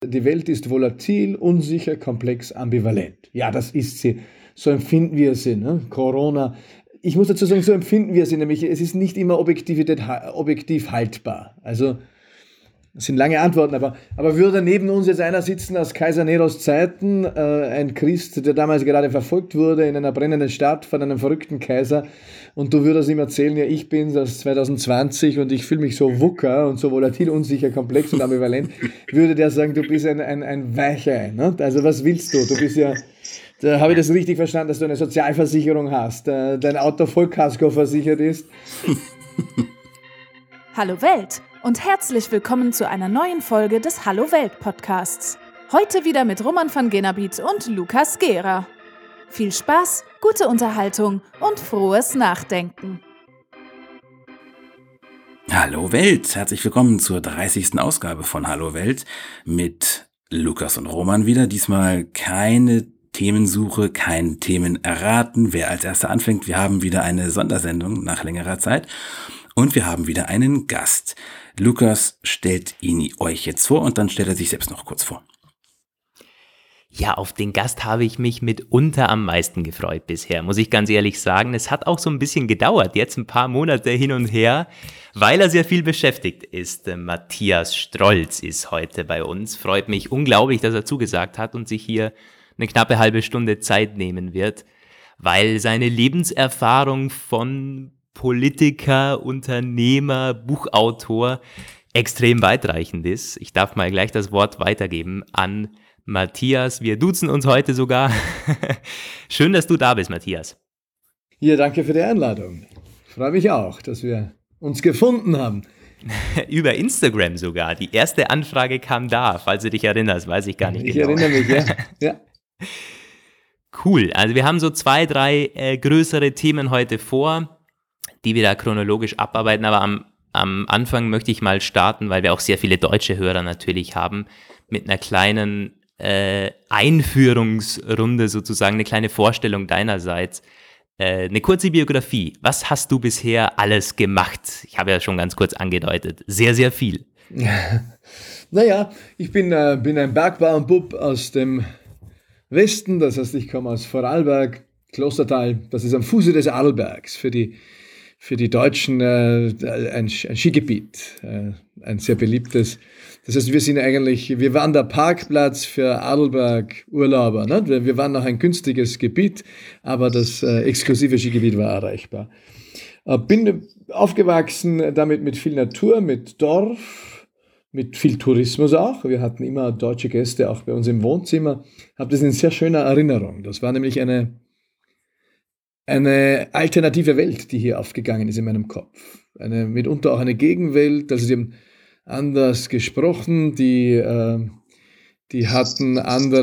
Die Welt ist volatil, unsicher, komplex, ambivalent. Ja, das ist sie. So empfinden wir sie, ne? Corona. Ich muss dazu sagen, so empfinden wir sie, nämlich es ist nicht immer objektiv haltbar. Also, das sind lange Antworten, aber würde neben uns jetzt einer sitzen aus Kaiser Neros Zeiten, ein Christ, der damals gerade verfolgt wurde in einer brennenden Stadt von einem verrückten Kaiser, und du würdest ihm erzählen, ja, ich bin das 2020 und ich fühle mich so wucker und so volatil, unsicher, komplex und ambivalent, würde der sagen, du bist ein Weichei. Ne? Also was willst du? Du bist ja, da habe ich das richtig verstanden, dass du eine Sozialversicherung hast, dein Auto Vollkasko versichert ist. Hallo Welt und herzlich willkommen zu einer neuen Folge des Hallo Welt Podcasts. Heute wieder mit Roman van Genabit und Lukas Gera. Viel Spaß, gute Unterhaltung und frohes Nachdenken. Hallo Welt, herzlich willkommen zur 30. Ausgabe von Hallo Welt mit Lukas und Roman wieder. Diesmal keine Themensuche, kein Themenerraten, wer als erster anfängt. Wir haben wieder eine Sondersendung nach längerer Zeit und wir haben wieder einen Gast. Lukas stellt ihn euch jetzt vor und dann stellt er sich selbst noch kurz vor. Ja, auf den Gast habe ich mich mitunter am meisten gefreut bisher, muss ich ganz ehrlich sagen. Es hat auch so ein bisschen gedauert, jetzt ein paar Monate hin und her, weil er sehr viel beschäftigt ist. Matthias Strolz ist heute bei uns. Freut mich unglaublich, dass er zugesagt hat und sich hier eine knappe halbe Stunde Zeit nehmen wird, weil seine Lebenserfahrung von Politiker, Unternehmer, Buchautor extrem weitreichend ist. Ich darf mal gleich das Wort weitergeben an Matthias. Wir duzen uns heute sogar. Schön, dass du da bist, Matthias. Ja, danke für die Einladung. Ich freue mich auch, dass wir uns gefunden haben. Über Instagram sogar. Die erste Anfrage kam da, falls du dich erinnerst, weiß ich gar nicht genau. Ich erinnere mich, ja. Cool, also wir haben so 2, 3 größere Themen heute vor, die wir da chronologisch abarbeiten, aber am Anfang möchte ich mal starten, weil wir auch sehr viele deutsche Hörer natürlich haben, mit einer kleinen Einführungsrunde sozusagen, eine kleine Vorstellung deinerseits. Eine kurze Biografie. Was hast du bisher alles gemacht? Ich habe ja schon ganz kurz angedeutet. Sehr, sehr viel. Naja, ich bin ein Bergbauernbub aus dem Westen, das heißt, ich komme aus Vorarlberg, Klostertal, das ist am Fuße des Arlbergs, für die Deutschen ein Skigebiet, ein sehr beliebtes. Das heißt, wir waren der Parkplatz für Arlberg-Urlauber. Ne? Wir waren noch ein günstiges Gebiet, aber das exklusive Skigebiet war erreichbar. Bin aufgewachsen damit mit viel Natur, mit Dorf, mit viel Tourismus auch. Wir hatten immer deutsche Gäste auch bei uns im Wohnzimmer. Habe das in sehr schöner Erinnerung. Das war nämlich eine alternative Welt, die hier aufgegangen ist in meinem Kopf. Mitunter auch eine Gegenwelt, also die haben anders gesprochen, die hatten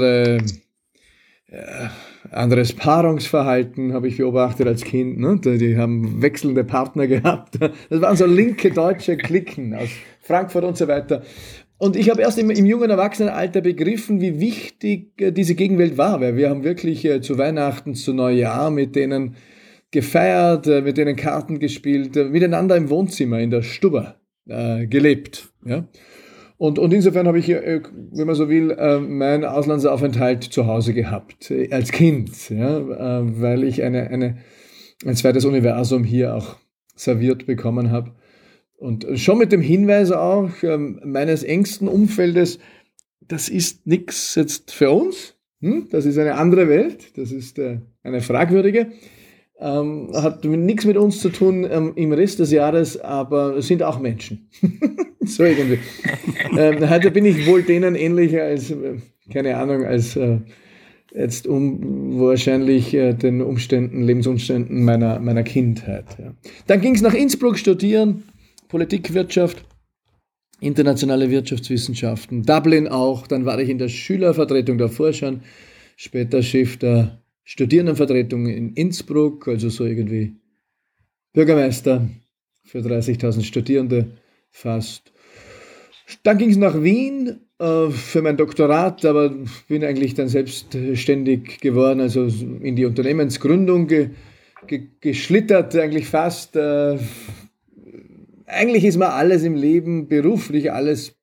anderes Paarungsverhalten, habe ich beobachtet als Kind. Ne? Die haben wechselnde Partner gehabt. Das waren so linke deutsche Cliquen aus Frankfurt und so weiter. Und ich habe erst im jungen Erwachsenenalter begriffen, wie wichtig diese Gegenwelt war, weil wir haben wirklich zu Weihnachten, zu Neujahr mit denen gefeiert, mit denen Karten gespielt, miteinander im Wohnzimmer, in der Stube gelebt. Ja? Und insofern habe ich, wenn man so will, meinen Auslandsaufenthalt zu Hause gehabt, als Kind, ja? Weil ich ein zweites Universum hier auch serviert bekommen habe. Und schon mit dem Hinweis auch meines engsten Umfeldes, das ist nichts jetzt für uns, das ist eine andere Welt, das ist eine fragwürdige, hat nichts mit uns zu tun im Rest des Jahres, aber es sind auch Menschen. So irgendwie. Heute bin ich wohl denen ähnlicher als, keine Ahnung, als jetzt wahrscheinlich den Lebensumständen meiner Kindheit. Ja. Dann ging es nach Innsbruck studieren, Politikwirtschaft, internationale Wirtschaftswissenschaften, Dublin auch, dann war ich in der Schülervertretung der Forschern, später Chef der Studierendenvertretung in Innsbruck, also so irgendwie Bürgermeister für 30.000 Studierende fast. Dann ging es nach Wien für mein Doktorat, aber bin eigentlich dann selbstständig geworden, also in die Unternehmensgründung geschlittert, eigentlich fast. Eigentlich ist mir alles im Leben beruflich alles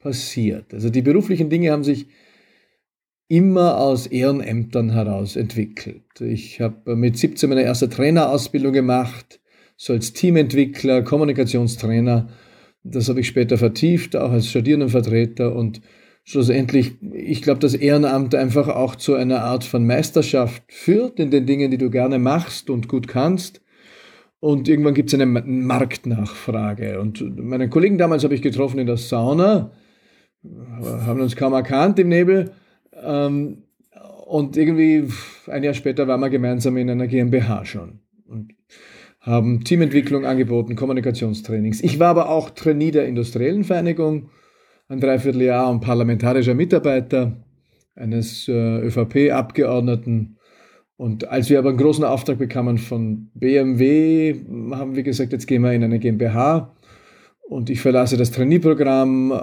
passiert. Also die beruflichen Dinge haben sich immer aus Ehrenämtern heraus entwickelt. Ich habe mit 17 meine erste Trainerausbildung gemacht, so als Teamentwickler, Kommunikationstrainer. Das habe ich später vertieft, auch als Studierendenvertreter, und schlussendlich, ich glaube, dass Ehrenamt einfach auch zu einer Art von Meisterschaft führt in den Dingen, die du gerne machst und gut kannst. Und irgendwann gibt es eine Marktnachfrage. Und meinen Kollegen damals habe ich getroffen in der Sauna, haben uns kaum erkannt im Nebel. Und irgendwie ein Jahr später waren wir gemeinsam in einer GmbH schon und haben Teamentwicklung angeboten, Kommunikationstrainings. Ich war aber auch Trainee der Industriellen Vereinigung, ein Dreivierteljahr, und parlamentarischer Mitarbeiter eines ÖVP-Abgeordneten. Und als wir aber einen großen Auftrag bekamen von BMW, haben wir gesagt, jetzt gehen wir in eine GmbH und ich verlasse das Trainee-Programm.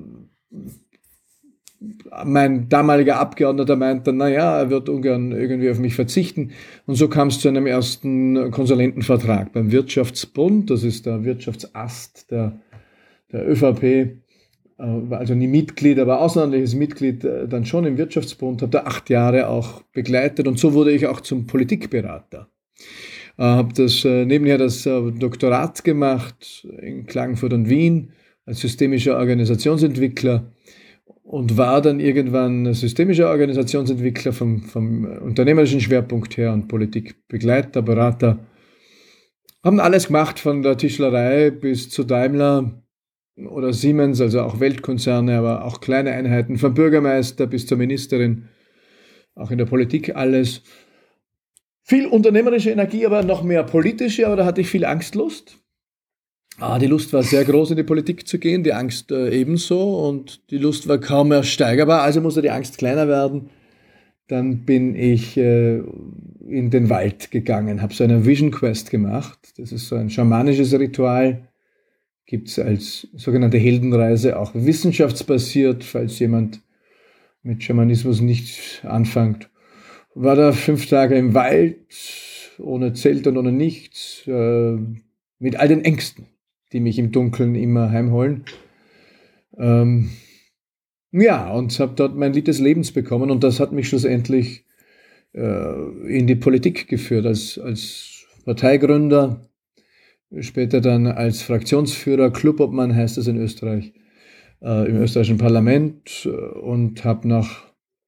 Mein damaliger Abgeordneter meinte, naja, er wird ungern irgendwie auf mich verzichten. Und so kam es zu einem ersten Konsulentenvertrag beim Wirtschaftsbund. Das ist der Wirtschaftsast der ÖVP. War also nie Mitglied, aber außerordentliches Mitglied dann schon im Wirtschaftsbund. Habe da 8 Jahre auch begleitet, und so wurde ich auch zum Politikberater. Habe nebenher das Doktorat gemacht in Klagenfurt und Wien als systemischer Organisationsentwickler. Und war dann irgendwann systemischer Organisationsentwickler vom unternehmerischen Schwerpunkt her und Politikbegleiter, Berater. Haben alles gemacht, von der Tischlerei bis zu Daimler oder Siemens, also auch Weltkonzerne, aber auch kleine Einheiten, vom Bürgermeister bis zur Ministerin, auch in der Politik alles. Viel unternehmerische Energie, aber noch mehr politische, aber da hatte ich viel Angstlust. Die Lust war sehr groß, in die Politik zu gehen, die Angst ebenso, und die Lust war kaum mehr steigerbar, also musste die Angst kleiner werden. Dann bin ich in den Wald gegangen, habe so eine Vision Quest gemacht. Das ist so ein schamanisches Ritual, gibt es als sogenannte Heldenreise, auch wissenschaftsbasiert, falls jemand mit Schamanismus nicht anfängt. War da 5 Tage im Wald, ohne Zelt und ohne nichts, mit all den Ängsten, die mich im Dunkeln immer heimholen. Und habe dort mein Lied des Lebens bekommen, und das hat mich schlussendlich in die Politik geführt, als Parteigründer, später dann als Fraktionsführer, Clubobmann heißt das in Österreich, im österreichischen Parlament, und habe nach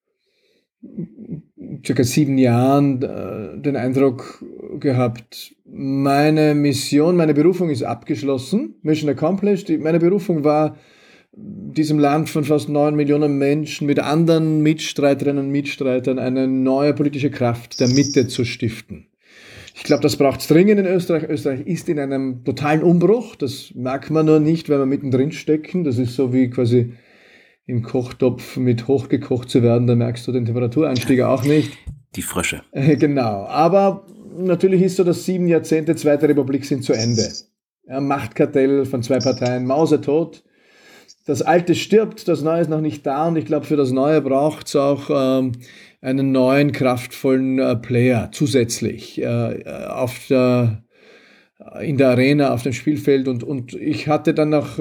circa 7 Jahren den Eindruck gehabt, meine Mission, meine Berufung ist abgeschlossen, Mission accomplished. Meine Berufung war, diesem Land von fast 9 Millionen Menschen mit anderen Mitstreiterinnen und Mitstreitern eine neue politische Kraft der Mitte zu stiften. Ich glaube, das braucht es dringend in Österreich. Österreich ist in einem totalen Umbruch. Das merkt man nur nicht, wenn wir mittendrin stecken. Das ist so wie quasi im Kochtopf mit hochgekocht zu werden. Da merkst du den Temperaturanstieg auch nicht. Die Frösche. Genau. Aber natürlich ist so, dass 7 Jahrzehnte Zweite Republik sind zu Ende. Machtkartell von 2 Parteien, mausetot. Das Alte stirbt, das Neue ist noch nicht da, und ich glaube, für das Neue braucht es auch einen neuen, kraftvollen Player zusätzlich in der Arena, auf dem Spielfeld. Und ich hatte dann nach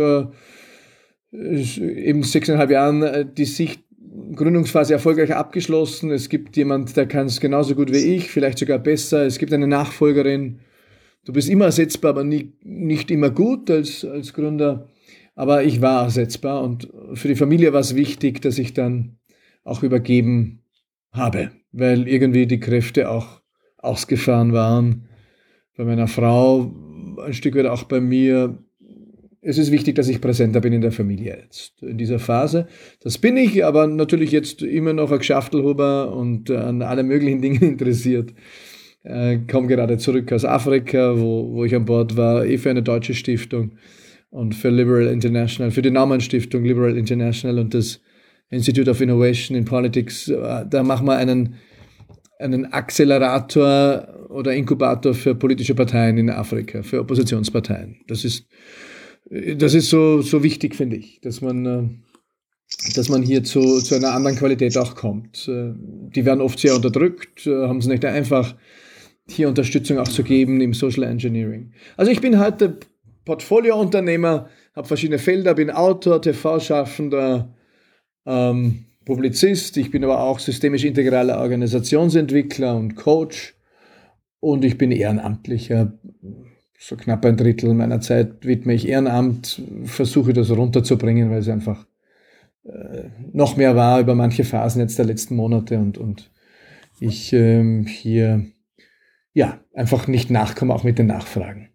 eben 6,5 Jahren die Sicht, Gründungsphase erfolgreich abgeschlossen. Es gibt jemand, der kann es genauso gut wie ich, vielleicht sogar besser. Es gibt eine Nachfolgerin. Du bist immer ersetzbar, aber nicht immer gut als Gründer. Aber ich war ersetzbar, und für die Familie war es wichtig, dass ich dann auch übergeben habe, weil irgendwie die Kräfte auch ausgefahren waren. Bei meiner Frau, ein Stück weit auch bei mir. Es ist wichtig, dass ich präsenter bin in der Familie jetzt, in dieser Phase. Das bin ich, aber natürlich jetzt immer noch ein Gschaftelhuber und an alle möglichen Dingen interessiert. Komme gerade zurück aus Afrika, wo ich an Bord war, für eine deutsche Stiftung und für Liberal International, für die Naumann-Stiftung Liberal International und das Institute of Innovation in Politics. Da machen wir einen Accelerator oder Inkubator für politische Parteien in Afrika, für Oppositionsparteien. Das ist so wichtig, finde ich, dass man hier zu einer anderen Qualität auch kommt. Die werden oft sehr unterdrückt, haben es nicht einfach, hier Unterstützung auch zu geben im Social Engineering. Also ich bin heute Portfoliounternehmer, habe verschiedene Felder, bin Autor, TV-Schaffender, Publizist. Ich bin aber auch systemisch-integraler Organisationsentwickler und Coach. Und ich bin Ehrenamtlicher. So knapp ein Drittel meiner Zeit widme ich Ehrenamt, versuche das runterzubringen, weil es einfach noch mehr war über manche Phasen jetzt der letzten Monate und ich hier einfach nicht nachkomme, auch mit den Nachfragen.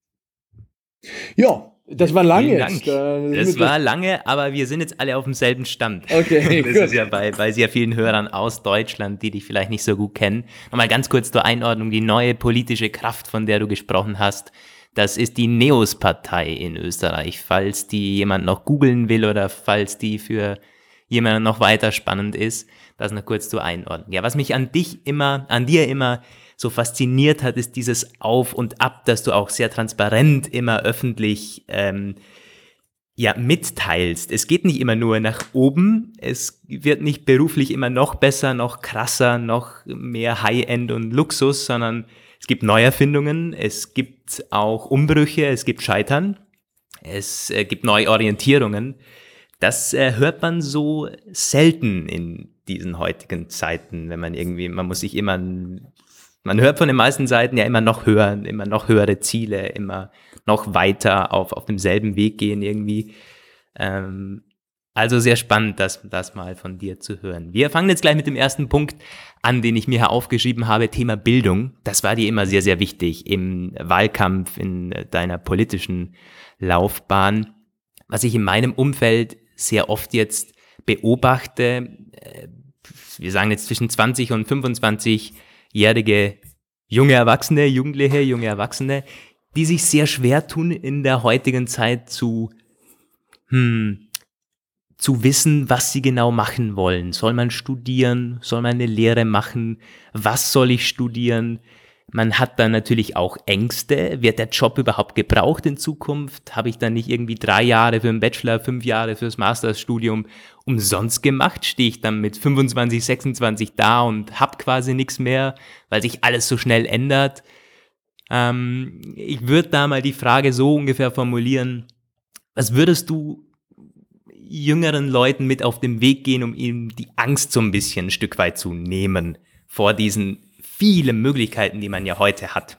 Ja, das war lange jetzt. Das war lange, aber wir sind jetzt alle auf demselben Stand. Okay, das ist ja bei sehr vielen Hörern aus Deutschland, die dich vielleicht nicht so gut kennen. Nochmal ganz kurz zur Einordnung, die neue politische Kraft, von der du gesprochen hast, das ist die NEOS-Partei in Österreich, falls die jemand noch googeln will oder falls die für jemanden noch weiter spannend ist, das noch kurz zu einordnen. Ja, was mich an dir immer so fasziniert hat, ist dieses Auf und Ab, dass du auch sehr transparent immer öffentlich mitteilst. Es geht nicht immer nur nach oben, es wird nicht beruflich immer noch besser, noch krasser, noch mehr High-End und Luxus, sondern es gibt Neuerfindungen, es gibt auch Umbrüche, es gibt Scheitern, es gibt Neuorientierungen. Das hört man so selten in diesen heutigen Zeiten, wenn man hört von den meisten Seiten ja immer noch höhere Ziele, immer noch weiter auf demselben Weg gehen irgendwie. Also sehr spannend, das mal von dir zu hören. Wir fangen jetzt gleich mit dem ersten Punkt an, den ich mir hier aufgeschrieben habe, Thema Bildung. Das war dir immer sehr, sehr wichtig im Wahlkampf, in deiner politischen Laufbahn. Was ich in meinem Umfeld sehr oft jetzt beobachte, wir sagen jetzt zwischen 20 und 25-jährige junge Erwachsene, Jugendliche, junge Erwachsene, die sich sehr schwer tun, in der heutigen Zeit zu wissen, was sie genau machen wollen. Soll man studieren? Soll man eine Lehre machen? Was soll ich studieren? Man hat dann natürlich auch Ängste. Wird der Job überhaupt gebraucht in Zukunft? Habe ich dann nicht irgendwie 3 Jahre für den Bachelor, 5 Jahre fürs Masterstudium umsonst gemacht? Stehe ich dann mit 25, 26 da und habe quasi nichts mehr, weil sich alles so schnell ändert? Ich würde da mal die Frage so ungefähr formulieren: Was würdest du jüngeren Leuten mit auf den Weg gehen, um ihnen die Angst so ein bisschen ein Stück weit zu nehmen vor diesen vielen Möglichkeiten, die man ja heute hat?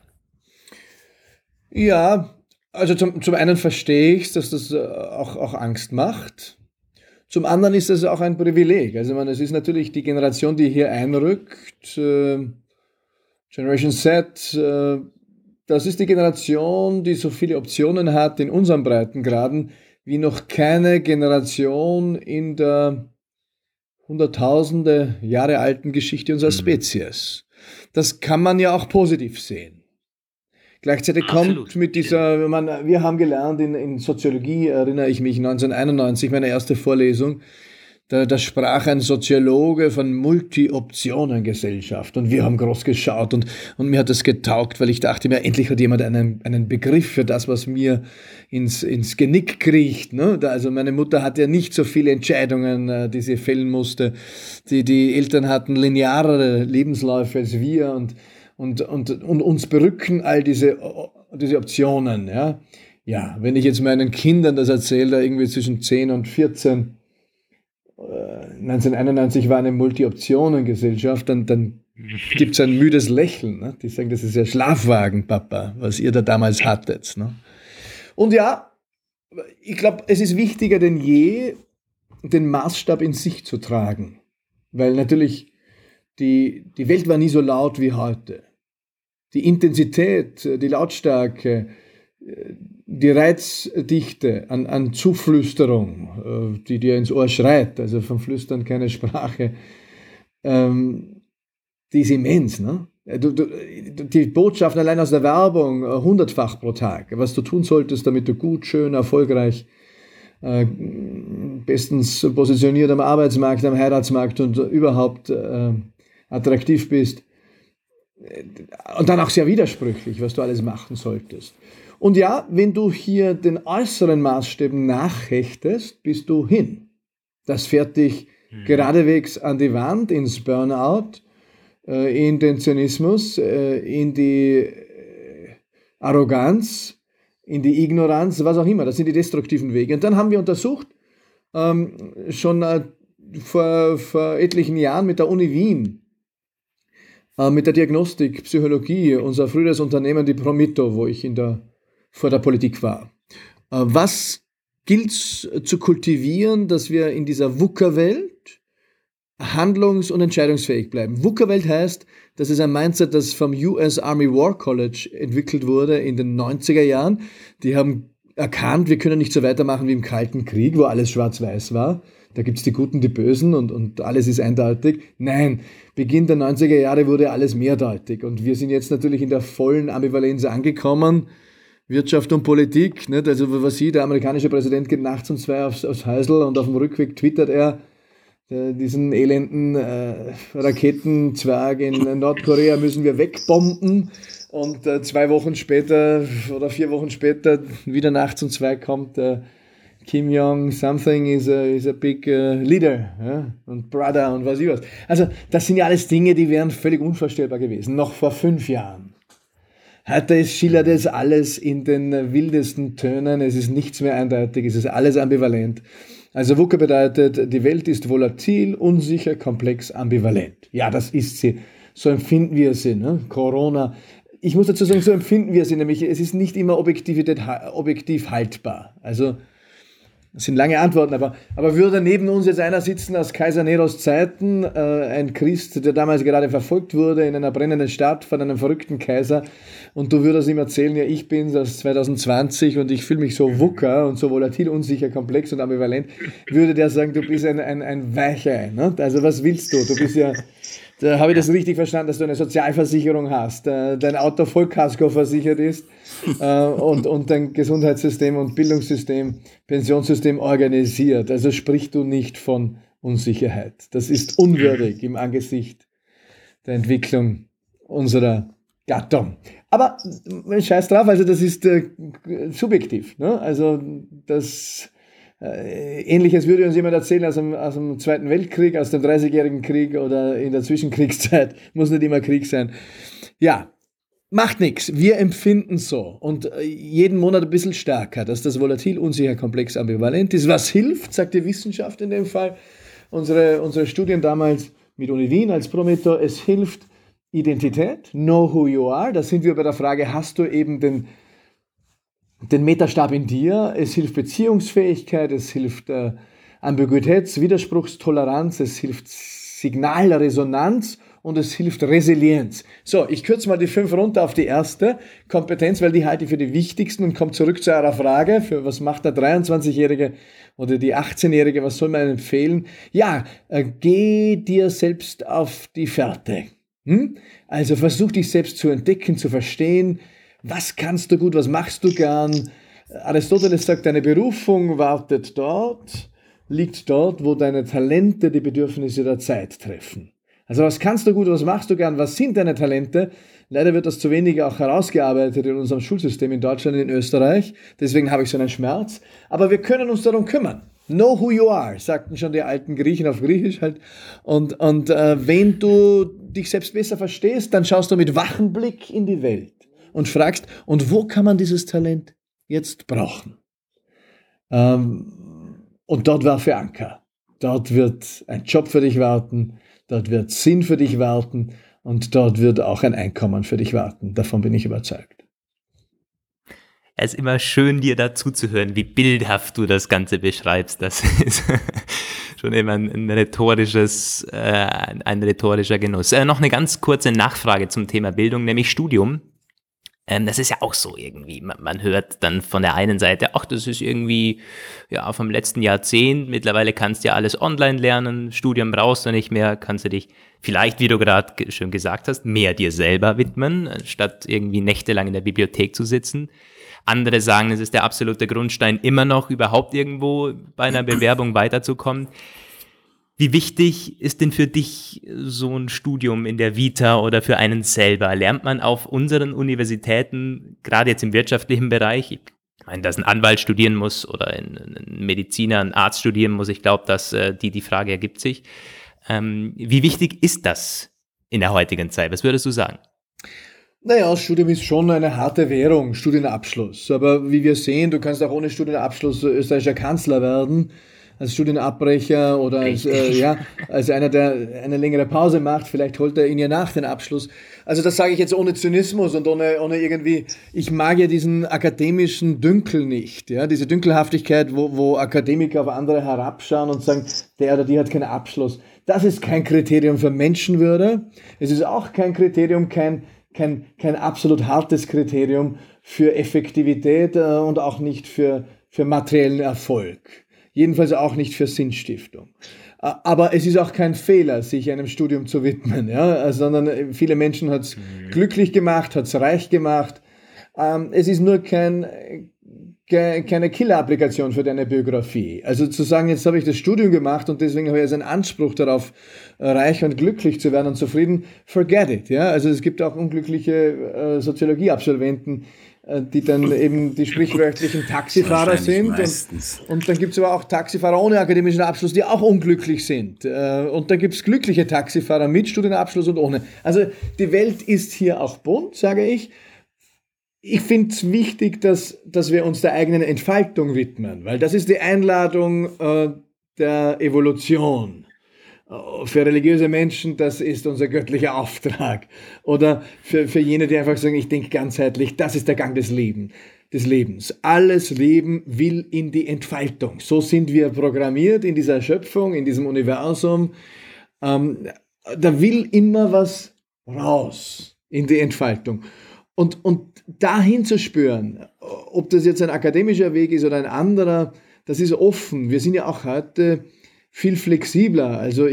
Ja, also zum einen verstehe ich, dass das auch Angst macht. Zum anderen ist das auch ein Privileg. Also es ist natürlich die Generation, die hier einrückt, Generation Z, das ist die Generation, die so viele Optionen hat in unseren Breitengraden, wie noch keine Generation in der hunderttausende Jahre alten Geschichte unserer Spezies. Das kann man ja auch positiv sehen. Gleichzeitig kommt mit dieser, wir haben gelernt in Soziologie, erinnere ich mich, 1991, meine erste Vorlesung, da sprach ein Soziologe von Multi-Optionen-Gesellschaft und wir haben groß geschaut und mir hat das getaugt, weil ich dachte mir, endlich hat jemand einen Begriff für das, was mir ins Genick kriecht. Ne? Also meine Mutter hatte ja nicht so viele Entscheidungen, die sie fällen musste. Die Eltern hatten linearere Lebensläufe als wir und uns berücken all diese Optionen. Ja, wenn ich jetzt meinen Kindern das erzähle, da irgendwie zwischen 10 und 14, 1991 war eine Multi-Optionen-Gesellschaft, dann gibt es ein müdes Lächeln. Ne? Die sagen, das ist ja Schlafwagen, Papa, was ihr da damals hattet. Ne? Und ja, ich glaube, es ist wichtiger denn je, den Maßstab in sich zu tragen. Weil natürlich die Welt war nie so laut wie heute. Die Intensität, die Lautstärke, die Reizdichte an Zuflüsterung, die dir ins Ohr schreit, also vom Flüstern keine Sprache, die ist immens. Ne? Die Botschaften allein aus der Werbung 100-fach pro Tag, was du tun solltest, damit du gut, schön, erfolgreich, bestens positioniert am Arbeitsmarkt, am Heiratsmarkt und überhaupt attraktiv bist. Und dann auch sehr widersprüchlich, was du alles machen solltest. Und ja, wenn du hier den äußeren Maßstäben nachhechtest, bist du hin. Das fährt dich geradewegs an die Wand, ins Burnout, in den Zynismus, in die Arroganz, in die Ignoranz, was auch immer. Das sind die destruktiven Wege. Und dann haben wir untersucht, schon vor etlichen Jahren mit der Uni Wien, mit der Diagnostik, Psychologie, unser früheres Unternehmen, die Promito, wo ich vor der Politik war. Was gilt zu kultivieren, dass wir in dieser VUCA-Welt handlungs- und entscheidungsfähig bleiben? VUCA-Welt heißt, das ist ein Mindset, das vom US Army War College entwickelt wurde in den 90er Jahren. Die haben erkannt, wir können nicht so weitermachen wie im Kalten Krieg, wo alles schwarz-weiß war. Da gibt es die Guten, die Bösen und alles ist eindeutig. Nein, Beginn der 90er Jahre wurde alles mehrdeutig. Und wir sind jetzt natürlich in der vollen Ambivalenz angekommen. Wirtschaft und Politik. Nicht? Also was der amerikanische Präsident geht nachts um 2 aufs Häusl und auf dem Rückweg twittert er diesen elenden Raketenzwerg in Nordkorea müssen wir wegbomben. Und 2 Wochen später oder 4 Wochen später wieder nachts um 2 kommt Kim Jong something is a big leader, ja? Und brother und was ich was. Also das sind ja alles Dinge, die wären völlig unvorstellbar gewesen, noch vor 5 Jahren. Heute schillert es alles in den wildesten Tönen, es ist nichts mehr eindeutig, es ist alles ambivalent. Also VUCA bedeutet, die Welt ist volatil, unsicher, komplex, ambivalent. Ja, das ist sie. So empfinden wir sie. Ne? Corona. Ich muss dazu sagen, so empfinden wir sie, nämlich es ist nicht immer objektiv haltbar. Also das sind lange Antworten, aber würde neben uns jetzt einer sitzen aus Kaiser Neros Zeiten, ein Christ, der damals gerade verfolgt wurde in einer brennenden Stadt von einem verrückten Kaiser, und du würdest ihm erzählen, ja, ich bin aus 2020 und ich fühle mich so VUCA und so volatil, unsicher, komplex und ambivalent, würde der sagen, du bist ein Weichei. Ne? Also was willst du? Du bist ja, da habe ich das richtig verstanden, dass du eine Sozialversicherung hast, dein Auto Vollkasko versichert ist und dein Gesundheitssystem und Bildungssystem, Pensionssystem organisiert. Also sprich du nicht von Unsicherheit. Das ist unwürdig im Angesicht der Entwicklung unserer Gattung. Aber scheiß drauf, also das ist subjektiv. Ne? Also das Ähnliches würde uns jemand erzählen aus dem Zweiten Weltkrieg, aus dem 30-jährigen Krieg oder in der Zwischenkriegszeit. Muss nicht immer Krieg sein. Ja, macht nichts. Wir empfinden so. Und jeden Monat ein bisschen stärker, dass das volatil, unsicher, komplex, ambivalent ist. Was hilft, sagt die Wissenschaft in dem Fall. Unsere Studien damals mit Uni Wien als Promito, es hilft Identität, know who you are. Da sind wir bei der Frage, hast du eben den Meterstab in dir? Es hilft Beziehungsfähigkeit, es hilft Ambiguitäts-, Widerspruchstoleranz, es hilft Signalresonanz und es hilft Resilienz. So, ich kürze mal die 5 runter auf die erste Kompetenz, weil die halte ich für die wichtigsten und komme zurück zu eurer Frage, für was macht der 23-Jährige oder die 18-Jährige, was soll man empfehlen? Ja, geh dir selbst auf die Fährte. Also versuch dich selbst zu entdecken, zu verstehen, was kannst du gut, was machst du gern. Aristoteles sagt, deine Berufung liegt dort, wo deine Talente die Bedürfnisse der Zeit treffen. Also was kannst du gut, was machst du gern, was sind deine Talente? Leider wird das zu wenig auch herausgearbeitet in unserem Schulsystem in Deutschland, in Österreich. Deswegen habe ich so einen Schmerz. Aber wir können uns darum kümmern. Know who you are, sagten schon die alten Griechen auf Griechisch halt. Und wenn du dich selbst besser verstehst, dann schaust du mit wachem Blick in die Welt und fragst, und wo kann man dieses Talent jetzt brauchen? Und dort werfe Anker. Dort wird ein Job für dich warten, dort wird Sinn für dich warten und dort wird auch ein Einkommen für dich warten. Davon bin ich überzeugt. Es ist immer schön, dir dazu zu hören, wie bildhaft du das Ganze beschreibst. Das ist schon immer ein rhetorischer Genuss. Noch eine ganz kurze Nachfrage zum Thema Bildung, nämlich Studium. Das ist ja auch so irgendwie. Man hört dann von der einen Seite, ach, das ist irgendwie ja vom letzten Jahrzehnt. Mittlerweile kannst du ja alles online lernen. Studium brauchst du nicht mehr. Kannst du dich vielleicht, wie du gerade schön gesagt hast, mehr dir selber widmen, statt irgendwie nächtelang in der Bibliothek zu sitzen. Andere sagen, es ist der absolute Grundstein, immer noch überhaupt irgendwo bei einer Bewerbung weiterzukommen. Wie wichtig ist denn für dich so ein Studium in der Vita oder für einen selber? Lernt man auf unseren Universitäten, gerade jetzt im wirtschaftlichen Bereich, ich meine, dass ein Anwalt studieren muss oder ein Mediziner, ein Arzt studieren muss, ich glaube, dass die Frage ergibt sich. Wie wichtig ist das in der heutigen Zeit? Was würdest du sagen? Naja, das Studium ist schon eine harte Währung, Studienabschluss. Aber wie wir sehen, du kannst auch ohne Studienabschluss österreichischer Kanzler werden, als Studienabbrecher oder Richtig. als einer, der eine längere Pause macht. Vielleicht holt er ihn ja nach den Abschluss. Also das sage ich jetzt ohne Zynismus und ohne irgendwie, ich mag ja diesen akademischen Dünkel nicht. Ja? Diese Dünkelhaftigkeit, wo Akademiker auf andere herabschauen und sagen, der oder die hat keinen Abschluss. Das ist kein Kriterium für Menschenwürde. Es ist auch kein Kriterium, kein absolut hartes Kriterium für Effektivität und auch nicht für materiellen Erfolg. Jedenfalls auch nicht für Sinnstiftung. Aber es ist auch kein Fehler, sich einem Studium zu widmen, ja? Sondern viele Menschen hat es glücklich gemacht, hat es reich gemacht. Es ist nur keine Killer-Applikation für deine Biografie. Also zu sagen, jetzt habe ich das Studium gemacht und deswegen habe ich jetzt einen Anspruch darauf, reich und glücklich zu werden und zufrieden, forget it. Ja? Also es gibt auch unglückliche Soziologie-Absolventen, die dann eben die sprichwörtlichen Taxifahrer sind. Und dann gibt es aber auch Taxifahrer ohne akademischen Abschluss, die auch unglücklich sind. Und dann gibt es glückliche Taxifahrer mit Studienabschluss und ohne. Also die Welt ist hier auch bunt, sage ich. Ich finde es wichtig, dass wir uns der eigenen Entfaltung widmen, weil das ist die Einladung der Evolution. Für religiöse Menschen, das ist unser göttlicher Auftrag. Oder für jene, die einfach sagen, ich denke ganzheitlich, das ist der Gang des Lebens. Alles Leben will in die Entfaltung. So sind wir programmiert in dieser Schöpfung, in diesem Universum. Da will immer was raus in die Entfaltung. Und dahin zu spüren, ob das jetzt ein akademischer Weg ist oder ein anderer, das ist offen. Wir sind ja auch heute viel flexibler. Also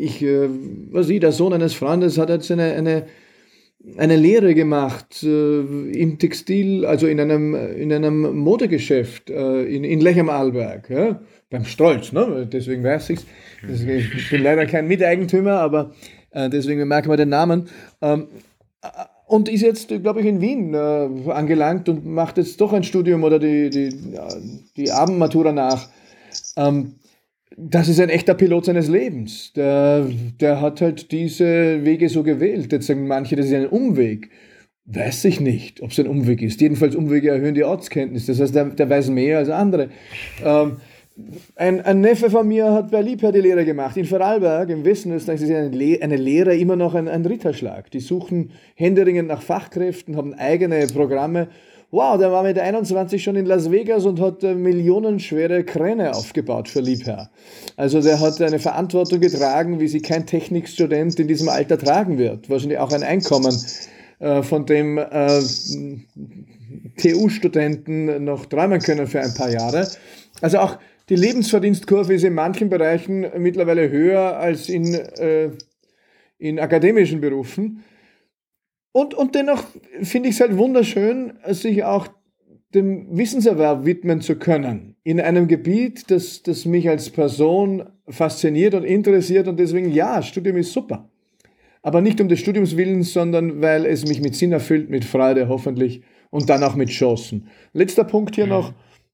der Sohn eines Freundes hat jetzt eine Lehre gemacht im Textil, also in einem Modegeschäft in Lech am Arlberg, ja? Beim Strolz, ne? Deswegen weiß ich's. Ich bin leider kein Miteigentümer, aber deswegen merken wir den Namen. Und ist jetzt, glaube ich, in Wien angelangt und macht jetzt doch ein Studium oder die Abendmatura nach. Das ist ein echter Pilot seines Lebens. Der hat halt diese Wege so gewählt. Jetzt sagen manche, das ist ein Umweg. Weiß ich nicht, ob es ein Umweg ist. Jedenfalls Umwege erhöhen die Ortskenntnis. Das heißt, der weiß mehr als andere. Ein Neffe von mir hat bei Liebherr die Lehre gemacht. In Vorarlberg, im Westen Österreichs, ist eine Lehre immer noch ein Ritterschlag. Die suchen händeringend nach Fachkräften, haben eigene Programme. Wow, der war mit 21 schon in Las Vegas und hat millionenschwere Kräne aufgebaut für Liebherr. Also der hat eine Verantwortung getragen, wie sie kein Technikstudent in diesem Alter tragen wird. Wahrscheinlich auch ein Einkommen, von dem TU-Studenten noch träumen können für ein paar Jahre. Also auch die Lebensverdienstkurve ist in manchen Bereichen mittlerweile höher als in akademischen Berufen. Und dennoch finde ich es halt wunderschön, sich auch dem Wissenserwerb widmen zu können. In einem Gebiet, das mich als Person fasziniert und interessiert. Und deswegen, ja, Studium ist super. Aber nicht um des Studiums willen, sondern weil es mich mit Sinn erfüllt, mit Freude hoffentlich und dann auch mit Chancen. Letzter Punkt hier noch.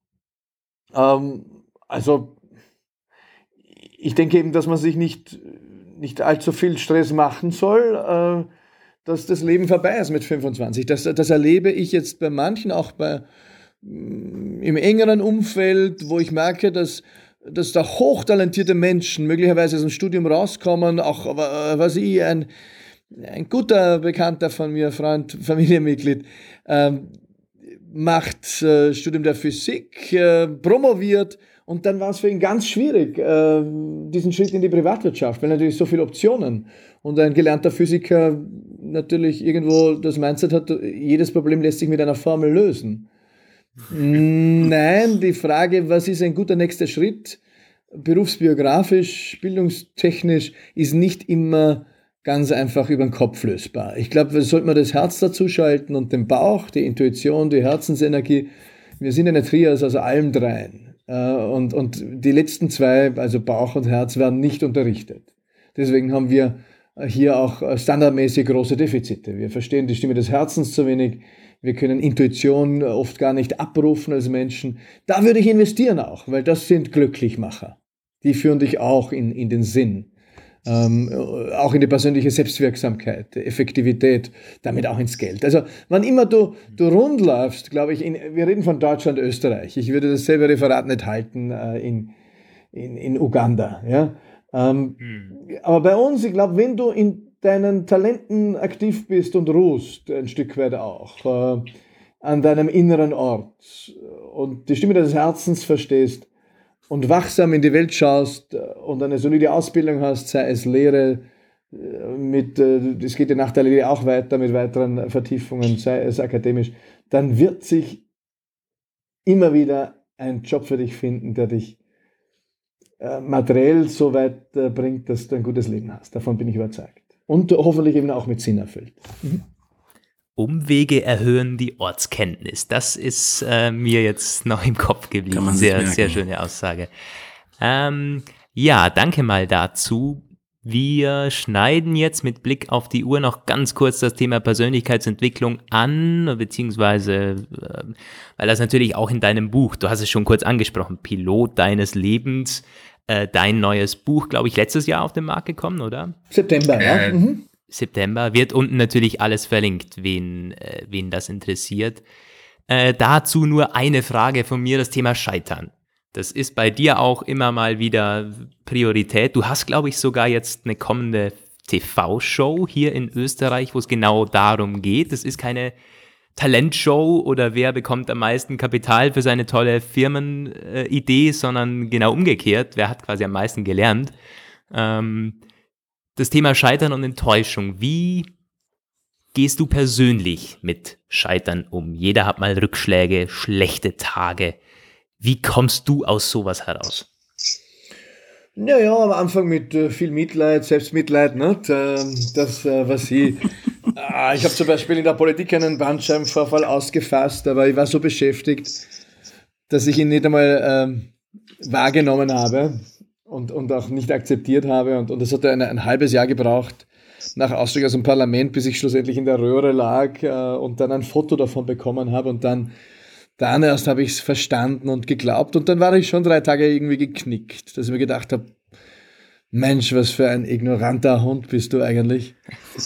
Also ich denke eben, dass man sich nicht allzu viel Stress machen soll, dass das Leben vorbei ist mit 25. Das erlebe ich jetzt bei manchen, auch im engeren Umfeld, wo ich merke, dass da hochtalentierte Menschen möglicherweise aus dem Studium rauskommen, auch ein guter Bekannter von mir, Freund, Familienmitglied, macht Studium der Physik, promoviert. Und dann war es für ihn ganz schwierig, diesen Schritt in die Privatwirtschaft, weil natürlich so viele Optionen. Und ein gelernter Physiker natürlich irgendwo das Mindset hat, jedes Problem lässt sich mit einer Formel lösen. Nein, die Frage, was ist ein guter nächster Schritt, berufsbiografisch, bildungstechnisch, ist nicht immer ganz einfach über den Kopf lösbar. Ich glaube, wir sollten das Herz dazu schalten und den Bauch, die Intuition, die Herzensenergie. Wir sind eine Trias aus allem dreien. Und die letzten zwei, also Bauch und Herz, werden nicht unterrichtet. Deswegen haben wir hier auch standardmäßig große Defizite. Wir verstehen die Stimme des Herzens zu wenig. Wir können Intuition oft gar nicht abrufen als Menschen. Da würde ich investieren auch, weil das sind Glücklichmacher. Die führen dich auch in den Sinn. auch in die persönliche Selbstwirksamkeit, Effektivität, damit auch ins Geld. Also wann immer du rund läufst, glaube ich, wir reden von Deutschland, Österreich, ich würde dasselbe Referat nicht halten in Uganda. Ja? Aber bei uns, ich glaube, wenn du in deinen Talenten aktiv bist und ruhst, ein Stück weit auch, an deinem inneren Ort und die Stimme des Herzens verstehst und wachsam in die Welt schaust und eine solide Ausbildung hast, sei es Lehre, es geht ja nach der Lehre auch weiter mit weiteren Vertiefungen, sei es akademisch, dann wird sich immer wieder ein Job für dich finden, der dich materiell so weit bringt, dass du ein gutes Leben hast. Davon bin ich überzeugt. Und hoffentlich eben auch mit Sinn erfüllt. Umwege erhöhen die Ortskenntnis. Das ist mir jetzt noch im Kopf geblieben. Sehr, sehr schöne Aussage. Ja, danke mal dazu. Wir schneiden jetzt mit Blick auf die Uhr noch ganz kurz das Thema Persönlichkeitsentwicklung an, beziehungsweise, weil das natürlich auch in deinem Buch, du hast es schon kurz angesprochen, Pilot deines Lebens, dein neues Buch, glaube ich, letztes Jahr auf den Markt gekommen, oder? September, ja. September, wird unten natürlich alles verlinkt, wen das interessiert. Dazu nur eine Frage von mir, das Thema Scheitern. Das ist bei dir auch immer mal wieder Priorität. Du hast, glaube ich, sogar jetzt eine kommende TV-Show hier in Österreich, wo es genau darum geht. Es ist keine Talentshow oder wer bekommt am meisten Kapital für seine tolle Firmenidee, sondern genau umgekehrt. Wer hat quasi am meisten gelernt? Das Thema Scheitern und Enttäuschung. Wie gehst du persönlich mit Scheitern um? Jeder hat mal Rückschläge, schlechte Tage. Wie kommst du aus sowas heraus? Naja, am Anfang mit viel Mitleid, Selbstmitleid, ne? Was ich habe zum Beispiel in der Politik einen Bandscheibenvorfall ausgefasst, aber ich war so beschäftigt, dass ich ihn nicht einmal wahrgenommen habe und auch nicht akzeptiert habe. Und das hat ein halbes Jahr gebraucht nach Ausstieg aus dem Parlament, bis ich schlussendlich in der Röhre lag und dann ein Foto davon bekommen habe. Und dann erst habe ich es verstanden und geglaubt. Und dann war ich schon 3 Tage irgendwie geknickt, dass ich mir gedacht habe, Mensch, was für ein ignoranter Hund bist du eigentlich.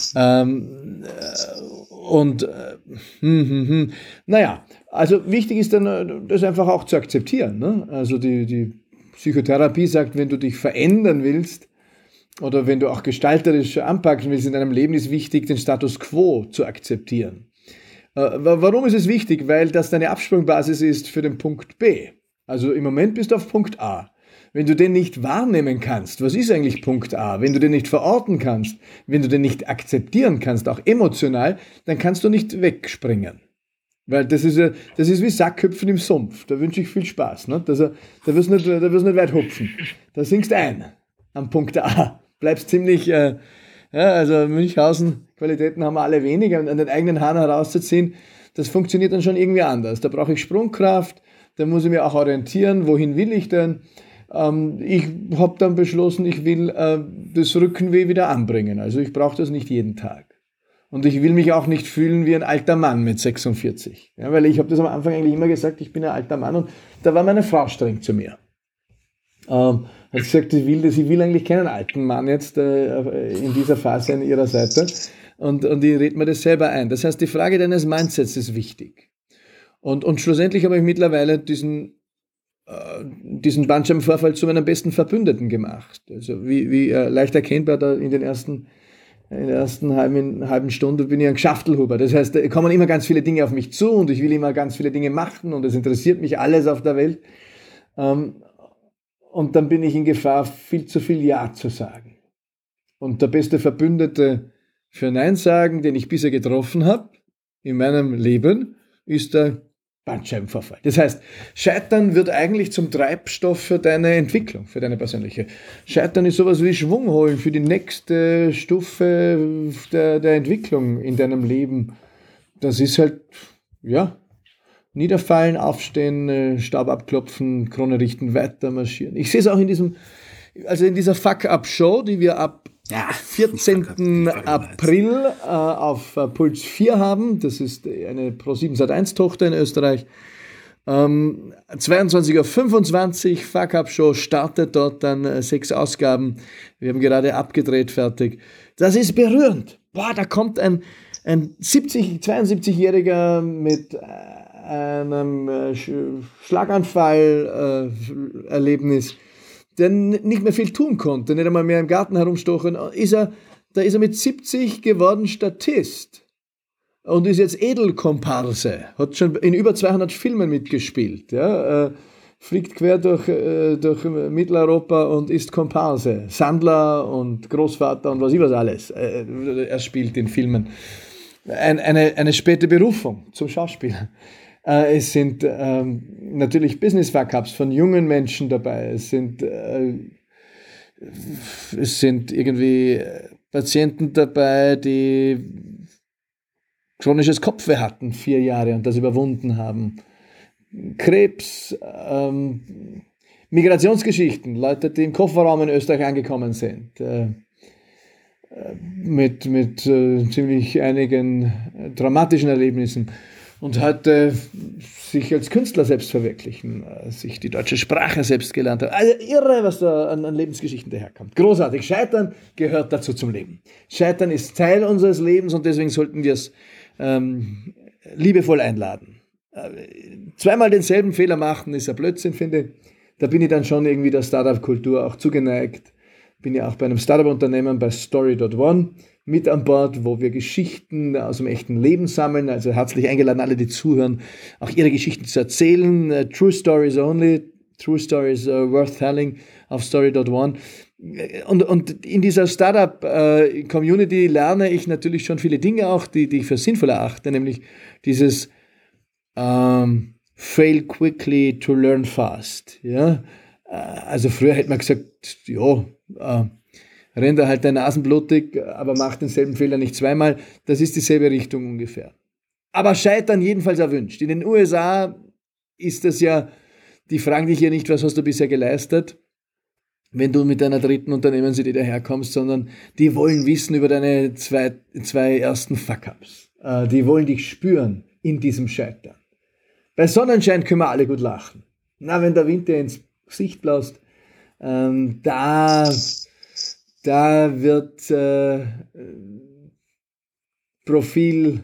Naja, also wichtig ist dann, das einfach auch zu akzeptieren. Ne? Also die Psychotherapie sagt, wenn du dich verändern willst oder wenn du auch gestalterisch anpacken willst in deinem Leben, ist wichtig, den Status quo zu akzeptieren. Warum ist es wichtig? Weil das deine Absprungbasis ist für den Punkt B. Also im Moment bist du auf Punkt A. Wenn du den nicht wahrnehmen kannst, was ist eigentlich Punkt A? Wenn du den nicht verorten kannst, wenn du den nicht akzeptieren kannst, auch emotional, dann kannst du nicht wegspringen. Weil das ist wie Sackhüpfen im Sumpf. Da wünsche ich viel Spaß. Ne? Da wirst du nicht weit hupfen. Da sinkst ein am Punkt A. Bleibst ziemlich, also Münchhausen, Qualitäten haben wir alle weniger. Und an den eigenen Haaren herauszuziehen, das funktioniert dann schon irgendwie anders. Da brauche ich Sprungkraft, da muss ich mir auch orientieren, wohin will ich denn? Ich habe dann beschlossen, ich will das Rückenweh wieder anbringen. Also ich brauche das nicht jeden Tag. Und ich will mich auch nicht fühlen wie ein alter Mann mit 46. Ja, weil ich habe das am Anfang eigentlich immer gesagt, ich bin ein alter Mann. Und da war meine Frau streng zu mir. Hat gesagt, sie will eigentlich keinen alten Mann jetzt in dieser Phase an ihrer Seite. Und ich rede mir das selber ein. Das heißt, die Frage deines Mindsets ist wichtig. Und schlussendlich habe ich mittlerweile diesen Bandscheibenvorfall zu meinem besten Verbündeten gemacht. Also wie leicht erkennbar da in der ersten halben Stunde bin ich ein Geschäftelhuber. Das heißt, da kommen immer ganz viele Dinge auf mich zu und ich will immer ganz viele Dinge machen und es interessiert mich alles auf der Welt. Und dann bin ich in Gefahr, viel zu viel Ja zu sagen. Und der beste Verbündete für Nein sagen, den ich bisher getroffen habe in meinem Leben, ist der Bandscheibenvorfall. Das heißt, Scheitern wird eigentlich zum Treibstoff für deine Entwicklung, für deine persönliche. Scheitern ist sowas wie Schwung holen für die nächste Stufe der Entwicklung in deinem Leben. Das ist halt, ja, niederfallen, aufstehen, Staub abklopfen, Krone richten, weiter marschieren. Ich sehe es auch in dieser Fuck-Up-Show, die wir ab 14. April auf Puls 4 haben. Das ist eine Pro7 Sat.1 Tochter in Österreich. 22:25 Uhr, Fuck-Up-Show, startet dort dann 6 Ausgaben. Wir haben gerade abgedreht, fertig. Das ist berührend. Boah, da kommt ein 72-Jähriger mit einem Schlaganfall-Erlebnis, der nicht mehr viel tun konnte, nicht einmal mehr im Garten herumstochern. Da ist er mit 70 geworden Statist. Und ist jetzt Edelkomparse, hat schon in über 200 Filmen mitgespielt, ja, fliegt quer durch Mitteleuropa und ist Komparse, Sandler und Großvater und was alles. Er spielt in Filmen. Eine späte Berufung zum Schauspieler. Es sind natürlich Business-Fuck-Ups von jungen Menschen dabei. Es sind irgendwie Patienten dabei, die chronisches Kopfweh hatten, 4 Jahre und das überwunden haben. Krebs, Migrationsgeschichten, Leute, die im Kofferraum in Österreich angekommen sind, mit ziemlich einigen dramatischen Erlebnissen und heute sich als Künstler selbst verwirklichen, sich die deutsche Sprache selbst gelernt haben. Also irre, was da an Lebensgeschichten daherkommt. Großartig. Scheitern gehört dazu zum Leben. Scheitern ist Teil unseres Lebens und deswegen sollten wir es liebevoll einladen. Zweimal denselben Fehler machen, ist ein Blödsinn, finde ich. Da bin ich dann schon irgendwie der Startup-Kultur auch zugeneigt. Bin ja auch bei einem Startup-Unternehmen bei Story.one mit an Bord, wo wir Geschichten aus dem echten Leben sammeln. Also herzlich eingeladen, alle, die zuhören, auch ihre Geschichten zu erzählen. True Stories only, True Stories worth telling auf Story.one. Und in dieser Startup-Community lerne ich natürlich schon viele Dinge auch, die ich für sinnvoll erachte, nämlich dieses fail quickly to learn fast. Ja? Also früher hätte man gesagt, rennt er halt der nasenblutig, aber macht denselben Fehler nicht zweimal. Das ist dieselbe Richtung ungefähr. Aber Scheitern jedenfalls erwünscht. In den USA ist das ja, die fragen dich ja nicht, was hast du bisher geleistet, wenn du mit deiner dritten Unternehmensidee daherkommst, sondern die wollen wissen über deine zwei ersten Fuck-Ups. Die wollen dich spüren in diesem Scheitern. Bei Sonnenschein können wir alle gut lachen. Na, wenn der Wind dir ins Gesicht blaust, da wird Profil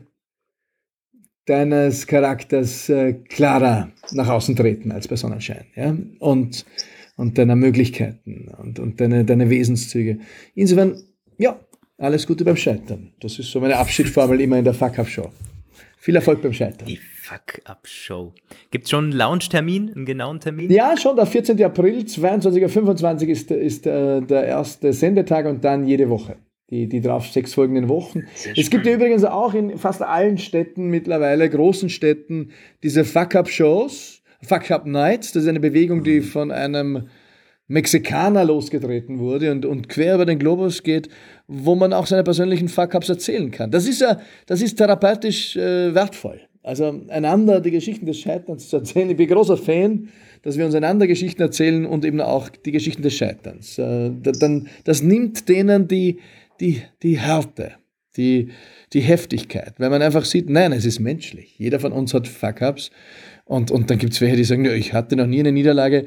deines Charakters klarer nach außen treten als bei Sonnenschein. Ja? Und deiner Möglichkeiten und deine Wesenszüge. Insofern, ja, alles Gute beim Scheitern. Das ist so meine Abschiedsformel immer in der Fuck-Up-Show. Viel Erfolg beim Scheitern. Die Fuck-Up-Show. Gibt es schon einen Launch-Termin, einen genauen Termin? Ja, schon, der 14. April, 22:25 Uhr ist der erste Sendetag und dann jede Woche. Die drauf 6 folgenden Wochen. Es gibt ja übrigens auch in fast allen Städten mittlerweile, großen Städten, diese Fuck-Up-Shows, Fuck-Up-Nights. Das ist eine Bewegung, die von einem Mexikaner losgetreten wurde und quer über den Globus geht, wo man auch seine persönlichen Fuck-Ups erzählen kann. Das ist therapeutisch wertvoll. Also einander die Geschichten des Scheiterns zu erzählen. Ich bin großer Fan, dass wir uns einander Geschichten erzählen und eben auch die Geschichten des Scheiterns. Das nimmt denen die Härte, die Heftigkeit, weil man einfach sieht, nein, es ist menschlich. Jeder von uns hat Fuck-Ups und dann gibt es welche, die sagen, ja, ich hatte noch nie eine Niederlage.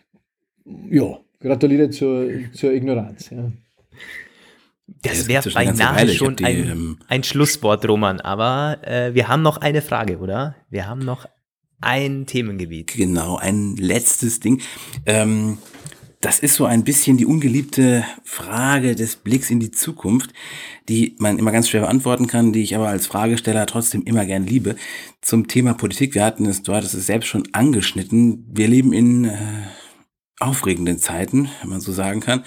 Ja, gratuliere zur Ignoranz. Ja. Das wäre beinahe schon ein Schlusswort, Roman, aber wir haben noch eine Frage, oder? Wir haben noch ein Themengebiet. Genau, ein letztes Ding. Das ist so ein bisschen die ungeliebte Frage des Blicks in die Zukunft, die man immer ganz schwer beantworten kann, die ich aber als Fragesteller trotzdem immer gern liebe. Zum Thema Politik, du hattest es selbst schon angeschnitten. Wir leben in aufregenden Zeiten, wenn man so sagen kann.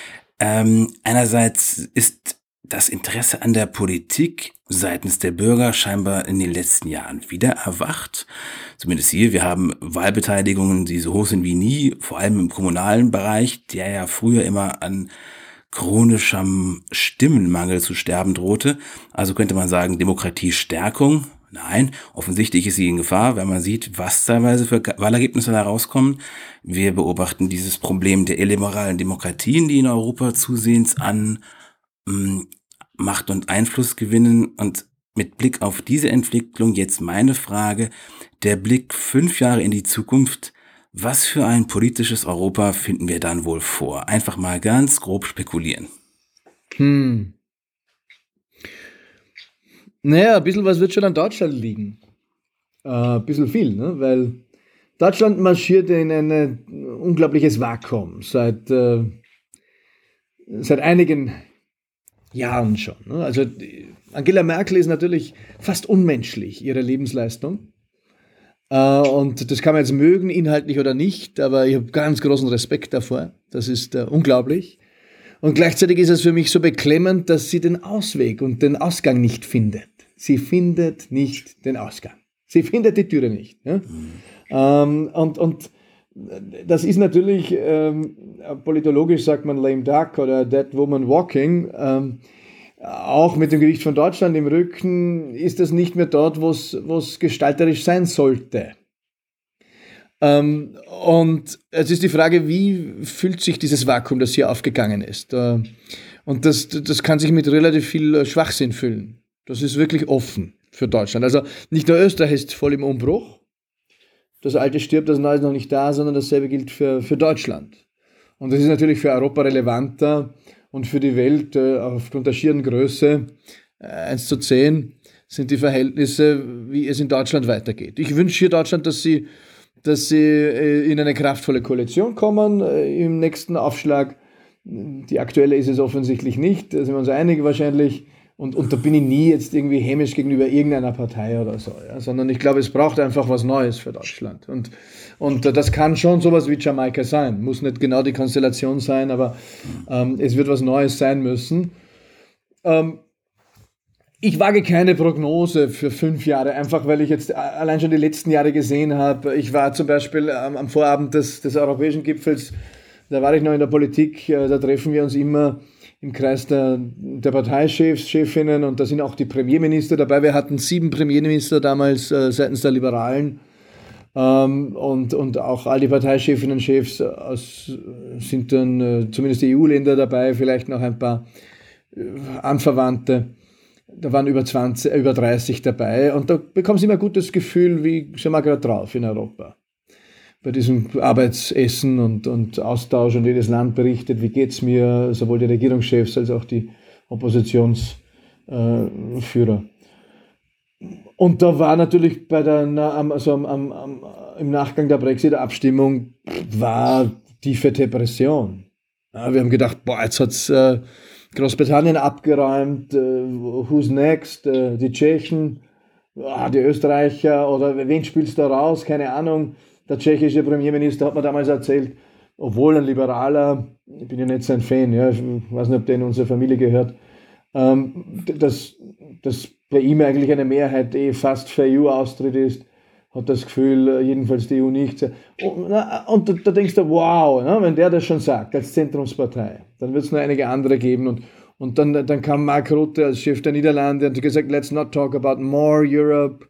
Einerseits ist das Interesse an der Politik seitens der Bürger scheinbar in den letzten Jahren wieder erwacht. Zumindest hier, wir haben Wahlbeteiligungen, die so hoch sind wie nie, vor allem im kommunalen Bereich, der ja früher immer an chronischem Stimmenmangel zu sterben drohte. Also könnte man sagen, Demokratiestärkung. Nein, offensichtlich ist sie in Gefahr, wenn man sieht, was teilweise für Wahlergebnisse da rauskommen. Wir beobachten dieses Problem der illiberalen Demokratien, die in Europa zusehends an Macht und Einfluss gewinnen. Und mit Blick auf diese Entwicklung jetzt meine Frage, der Blick 5 Jahre in die Zukunft, was für ein politisches Europa finden wir dann wohl vor? Einfach mal ganz grob spekulieren. Naja, ein bisschen was wird schon an Deutschland liegen. Ein bisschen viel, ne? Weil Deutschland marschiert in ein unglaubliches Vakuum seit einigen Jahren schon. Ne? Also Angela Merkel ist natürlich fast unmenschlich, ihre Lebensleistung. Und das kann man jetzt mögen, inhaltlich oder nicht, aber ich habe ganz großen Respekt davor. Das ist unglaublich. Und gleichzeitig ist es für mich so beklemmend, dass sie den Ausweg und den Ausgang nicht findet. Sie findet nicht den Ausgang. Sie findet die Türe nicht. Ja? Und das ist natürlich, politologisch sagt man lame duck oder dead woman walking. Auch mit dem Gewicht von Deutschland im Rücken ist das nicht mehr dort, wo es gestalterisch sein sollte. Und es ist die Frage, wie fühlt sich dieses Vakuum, das hier aufgegangen ist? Und das kann sich mit relativ viel Schwachsinn füllen. Das ist wirklich offen für Deutschland. Also nicht nur Österreich ist voll im Umbruch. Das Alte stirbt, das Neue ist noch nicht da, sondern dasselbe gilt für Deutschland. Und das ist natürlich für Europa relevanter und für die Welt aufgrund der schieren Größe 1:10 sind die Verhältnisse, wie es in Deutschland weitergeht. Ich wünsche hier Deutschland, dass sie in eine kraftvolle Koalition kommen im nächsten Aufschlag. Die aktuelle ist es offensichtlich nicht, da sind wir uns einig wahrscheinlich. Und da bin ich nie jetzt irgendwie hämisch gegenüber irgendeiner Partei oder so, ja? Sondern ich glaube, es braucht einfach was Neues für Deutschland. Und das kann schon sowas wie Jamaika sein. Muss nicht genau die Konstellation sein, aber es wird was Neues sein müssen. Ich wage keine Prognose für 5 Jahre, einfach weil ich jetzt allein schon die letzten Jahre gesehen habe. Ich war zum Beispiel am Vorabend des Europäischen Gipfels, da war ich noch in der Politik, da treffen wir uns immer im Kreis der Parteichefs, Chefinnen, und da sind auch die Premierminister dabei. Wir hatten 7 Premierminister damals seitens der Liberalen und auch all die Parteichefinnen, Chefs sind dann zumindest die EU-Länder dabei, vielleicht noch ein paar Anverwandte. Da waren über 30 dabei und da bekommst du immer ein gutes Gefühl, wie sind wir gerade drauf in Europa. Bei diesem Arbeitsessen und Austausch und jedes Land berichtet, wie geht es mir, sowohl die Regierungschefs als auch die Oppositionsführer. Und da war natürlich im Nachgang der Brexit-Abstimmung war tiefe Depression. Ja, wir haben gedacht, jetzt hat es Großbritannien abgeräumt, who's next, die Tschechen, die Österreicher oder wen spielst du da raus, keine Ahnung. Der tschechische Premierminister hat mir damals erzählt, obwohl ein Liberaler, ich bin ja nicht sein Fan, ja, ich weiß nicht, ob der in unsere Familie gehört, dass bei ihm eigentlich eine Mehrheit fast für EU-Austritt ist, hat das Gefühl, jedenfalls die EU nicht. Und da denkst du, wow, ne, wenn der das schon sagt, als Zentrumspartei, dann wird es noch einige andere geben. Und dann kam Mark Rutte als Chef der Niederlande und hat gesagt, let's not talk about more Europe.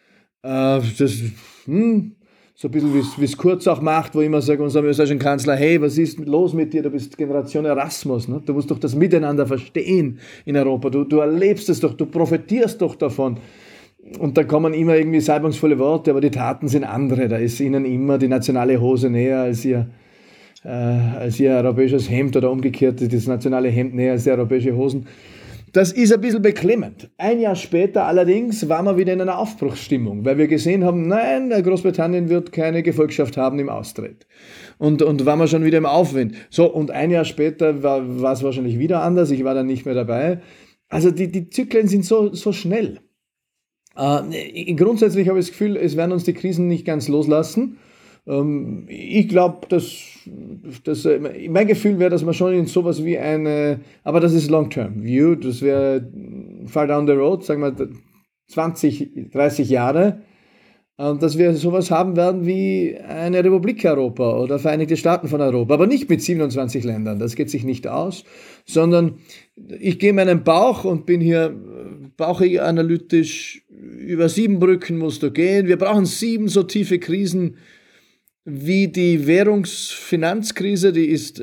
So ein bisschen wie es Kurz auch macht, wo ich immer sage, unserem österreichischen Kanzler, hey, was ist los mit dir? Du bist Generation Erasmus. Ne? Du musst doch das Miteinander verstehen in Europa. Du erlebst es doch, du profitierst doch davon. Und da kommen immer irgendwie salbungsvolle Worte, aber die Taten sind andere. Da ist ihnen immer die nationale Hose näher als ihr europäisches Hemd oder umgekehrt das nationale Hemd näher als die europäische Hosen. Das ist ein bisschen beklemmend. Ein Jahr später allerdings waren wir wieder in einer Aufbruchsstimmung, weil wir gesehen haben, nein, Großbritannien wird keine Gefolgschaft haben im Austritt. Und waren wir schon wieder im Aufwind. So, und ein Jahr später war es wahrscheinlich wieder anders, ich war dann nicht mehr dabei. Also die Zyklen sind so schnell. Grundsätzlich habe ich das Gefühl, es werden uns die Krisen nicht ganz loslassen. Ich glaube, mein Gefühl wäre, dass man schon in sowas wie aber das ist Long-Term-View, das wäre far down the road, sagen wir 20, 30 Jahre, dass wir sowas haben werden wie eine Republik Europa oder Vereinigte Staaten von Europa, aber nicht mit 27 Ländern, das geht sich nicht aus, sondern ich gehe meinen Bauch und bin hier bauchig analytisch, über 7 Brücken musst du gehen, wir brauchen 7 so tiefe Krisen, wie die Währungsfinanzkrise, die ist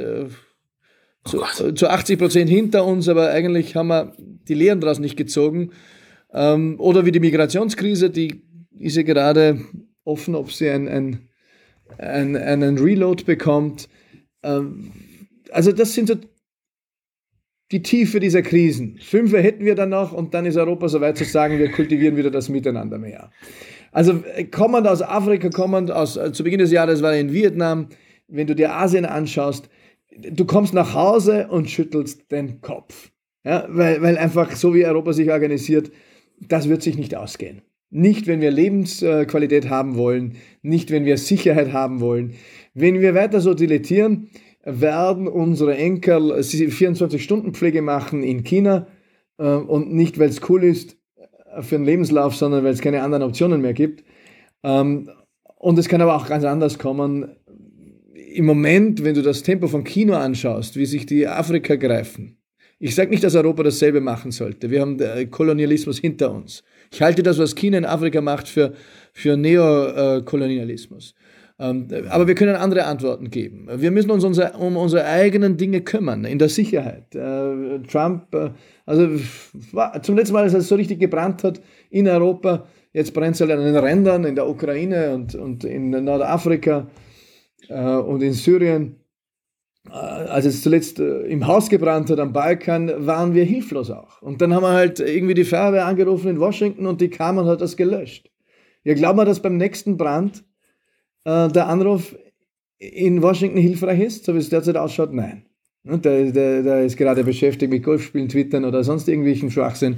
zu 80% hinter uns, aber eigentlich haben wir die Lehren daraus nicht gezogen. Oder wie die Migrationskrise, die ist ja gerade offen, ob sie einen Reload bekommt. Also das sind so die Tiefe dieser Krisen. 5 hätten wir dann noch und dann ist Europa so weit zu sagen, wir kultivieren wieder das Miteinander mehr. Also kommend aus Afrika, zu Beginn des Jahres war er in Vietnam, wenn du dir Asien anschaust, du kommst nach Hause und schüttelst den Kopf. Ja, weil einfach so wie Europa sich organisiert, das wird sich nicht ausgehen. Nicht, wenn wir Lebensqualität haben wollen, nicht, wenn wir Sicherheit haben wollen. Wenn wir weiter so dilettieren, werden unsere Enkel 24-Stunden-Pflege machen in China und nicht, weil es cool ist für den Lebenslauf, sondern weil es keine anderen Optionen mehr gibt. Und es kann aber auch ganz anders kommen. Im Moment, wenn du das Tempo von Kino anschaust, wie sich die Afrika greifen, ich sage nicht, dass Europa dasselbe machen sollte. Wir haben den Kolonialismus hinter uns. Ich halte das, was China in Afrika macht, für Neokolonialismus. Aber wir können andere Antworten geben. Wir müssen uns um unsere eigenen Dinge kümmern, in der Sicherheit. Trump, zum letzten Mal, als er so richtig gebrannt hat in Europa, jetzt brennt es halt an den Rändern in der Ukraine und in Nordafrika und in Syrien. Als es zuletzt im Haus gebrannt hat am Balkan, waren wir hilflos auch. Und dann haben wir halt irgendwie die Feuerwehr angerufen in Washington und die kam und hat das gelöscht. Ja, glauben wir, dass beim nächsten Brand der Anruf in Washington hilfreich ist, so wie es derzeit ausschaut? Nein. Der ist gerade beschäftigt mit Golfspielen, Twittern oder sonst irgendwelchen Schwachsinn.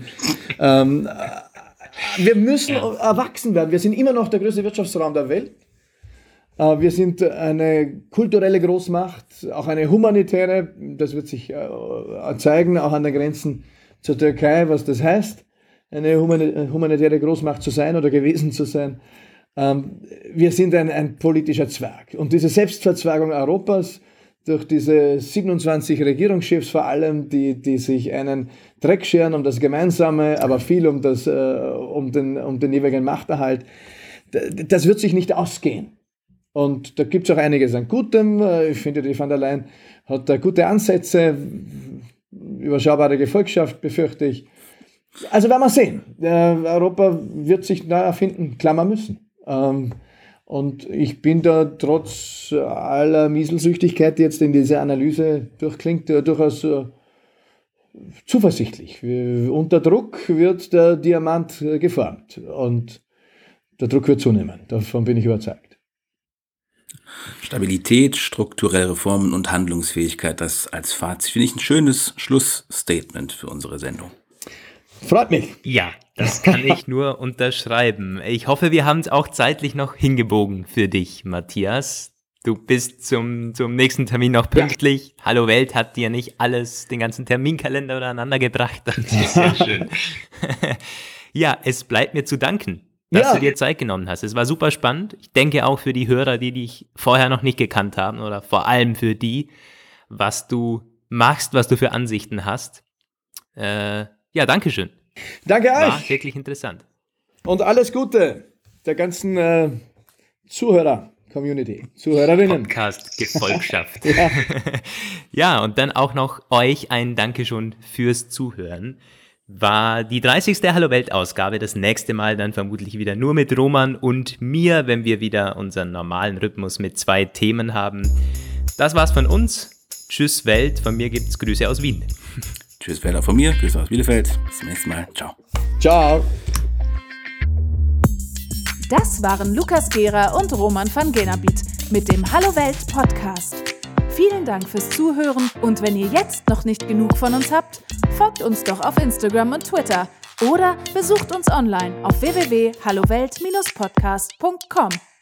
Wir müssen erwachsen werden. Wir sind immer noch der größte Wirtschaftsraum der Welt. Wir sind eine kulturelle Großmacht, auch eine humanitäre. Das wird sich zeigen, auch an den Grenzen zur Türkei, was das heißt, eine humanitäre Großmacht zu sein oder gewesen zu sein. Wir sind ein politischer Zwerg. Und diese Selbstverzwergung Europas durch diese 27 Regierungschefs vor allem, die sich einen Dreck scheren um das Gemeinsame, aber viel um den jeweiligen Machterhalt, das wird sich nicht ausgehen. Und da gibt es auch einiges an Gutem. Ich finde, die von der Leyen hat da gute Ansätze, überschaubare Gefolgschaft, befürchte ich. Also werden wir sehen. Europa wird sich neu erfinden, klammern müssen. Und ich bin da trotz aller Mieselsüchtigkeit, die jetzt in dieser Analyse durchklingt, durchaus zuversichtlich. Unter Druck wird der Diamant geformt und der Druck wird zunehmen. Davon bin ich überzeugt. Stabilität, strukturelle Reformen und Handlungsfähigkeit, das als Fazit finde ich ein schönes Schlussstatement für unsere Sendung. Freut mich. Ja, das kann ich nur unterschreiben. Ich hoffe, wir haben es auch zeitlich noch hingebogen für dich, Matthias. Du bist zum nächsten Termin noch pünktlich. Ja. Hallo Welt hat dir nicht den ganzen Terminkalender übereinander gebracht. Das ist sehr schön. Ja, es bleibt mir zu danken, dass du dir Zeit genommen hast. Es war super spannend. Ich denke auch für die Hörer, die dich vorher noch nicht gekannt haben oder vor allem für die, was du machst, was du für Ansichten hast. Ja, danke schön. Danke euch. War wirklich interessant. Und alles Gute der ganzen Zuhörer-Community, Zuhörerinnen. Podcast-Gefolgschaft. Ja, und dann auch noch euch ein Dankeschön fürs Zuhören. War die 30. Hallo-Welt-Ausgabe. Das nächste Mal dann vermutlich wieder nur mit Roman und mir, wenn wir wieder unseren normalen Rhythmus mit 2 Themen haben. Das war's von uns. Tschüss Welt. Von mir gibt's Grüße aus Wien. Tschüss Welt auch von mir. Grüße aus Bielefeld. Bis zum nächsten Mal. Ciao. Ciao. Das waren Lukas Gehrer und Roman van Genabit mit dem Hallo Welt Podcast. Vielen Dank fürs Zuhören und wenn ihr jetzt noch nicht genug von uns habt, folgt uns doch auf Instagram und Twitter oder besucht uns online auf www.hallowelt-podcast.com.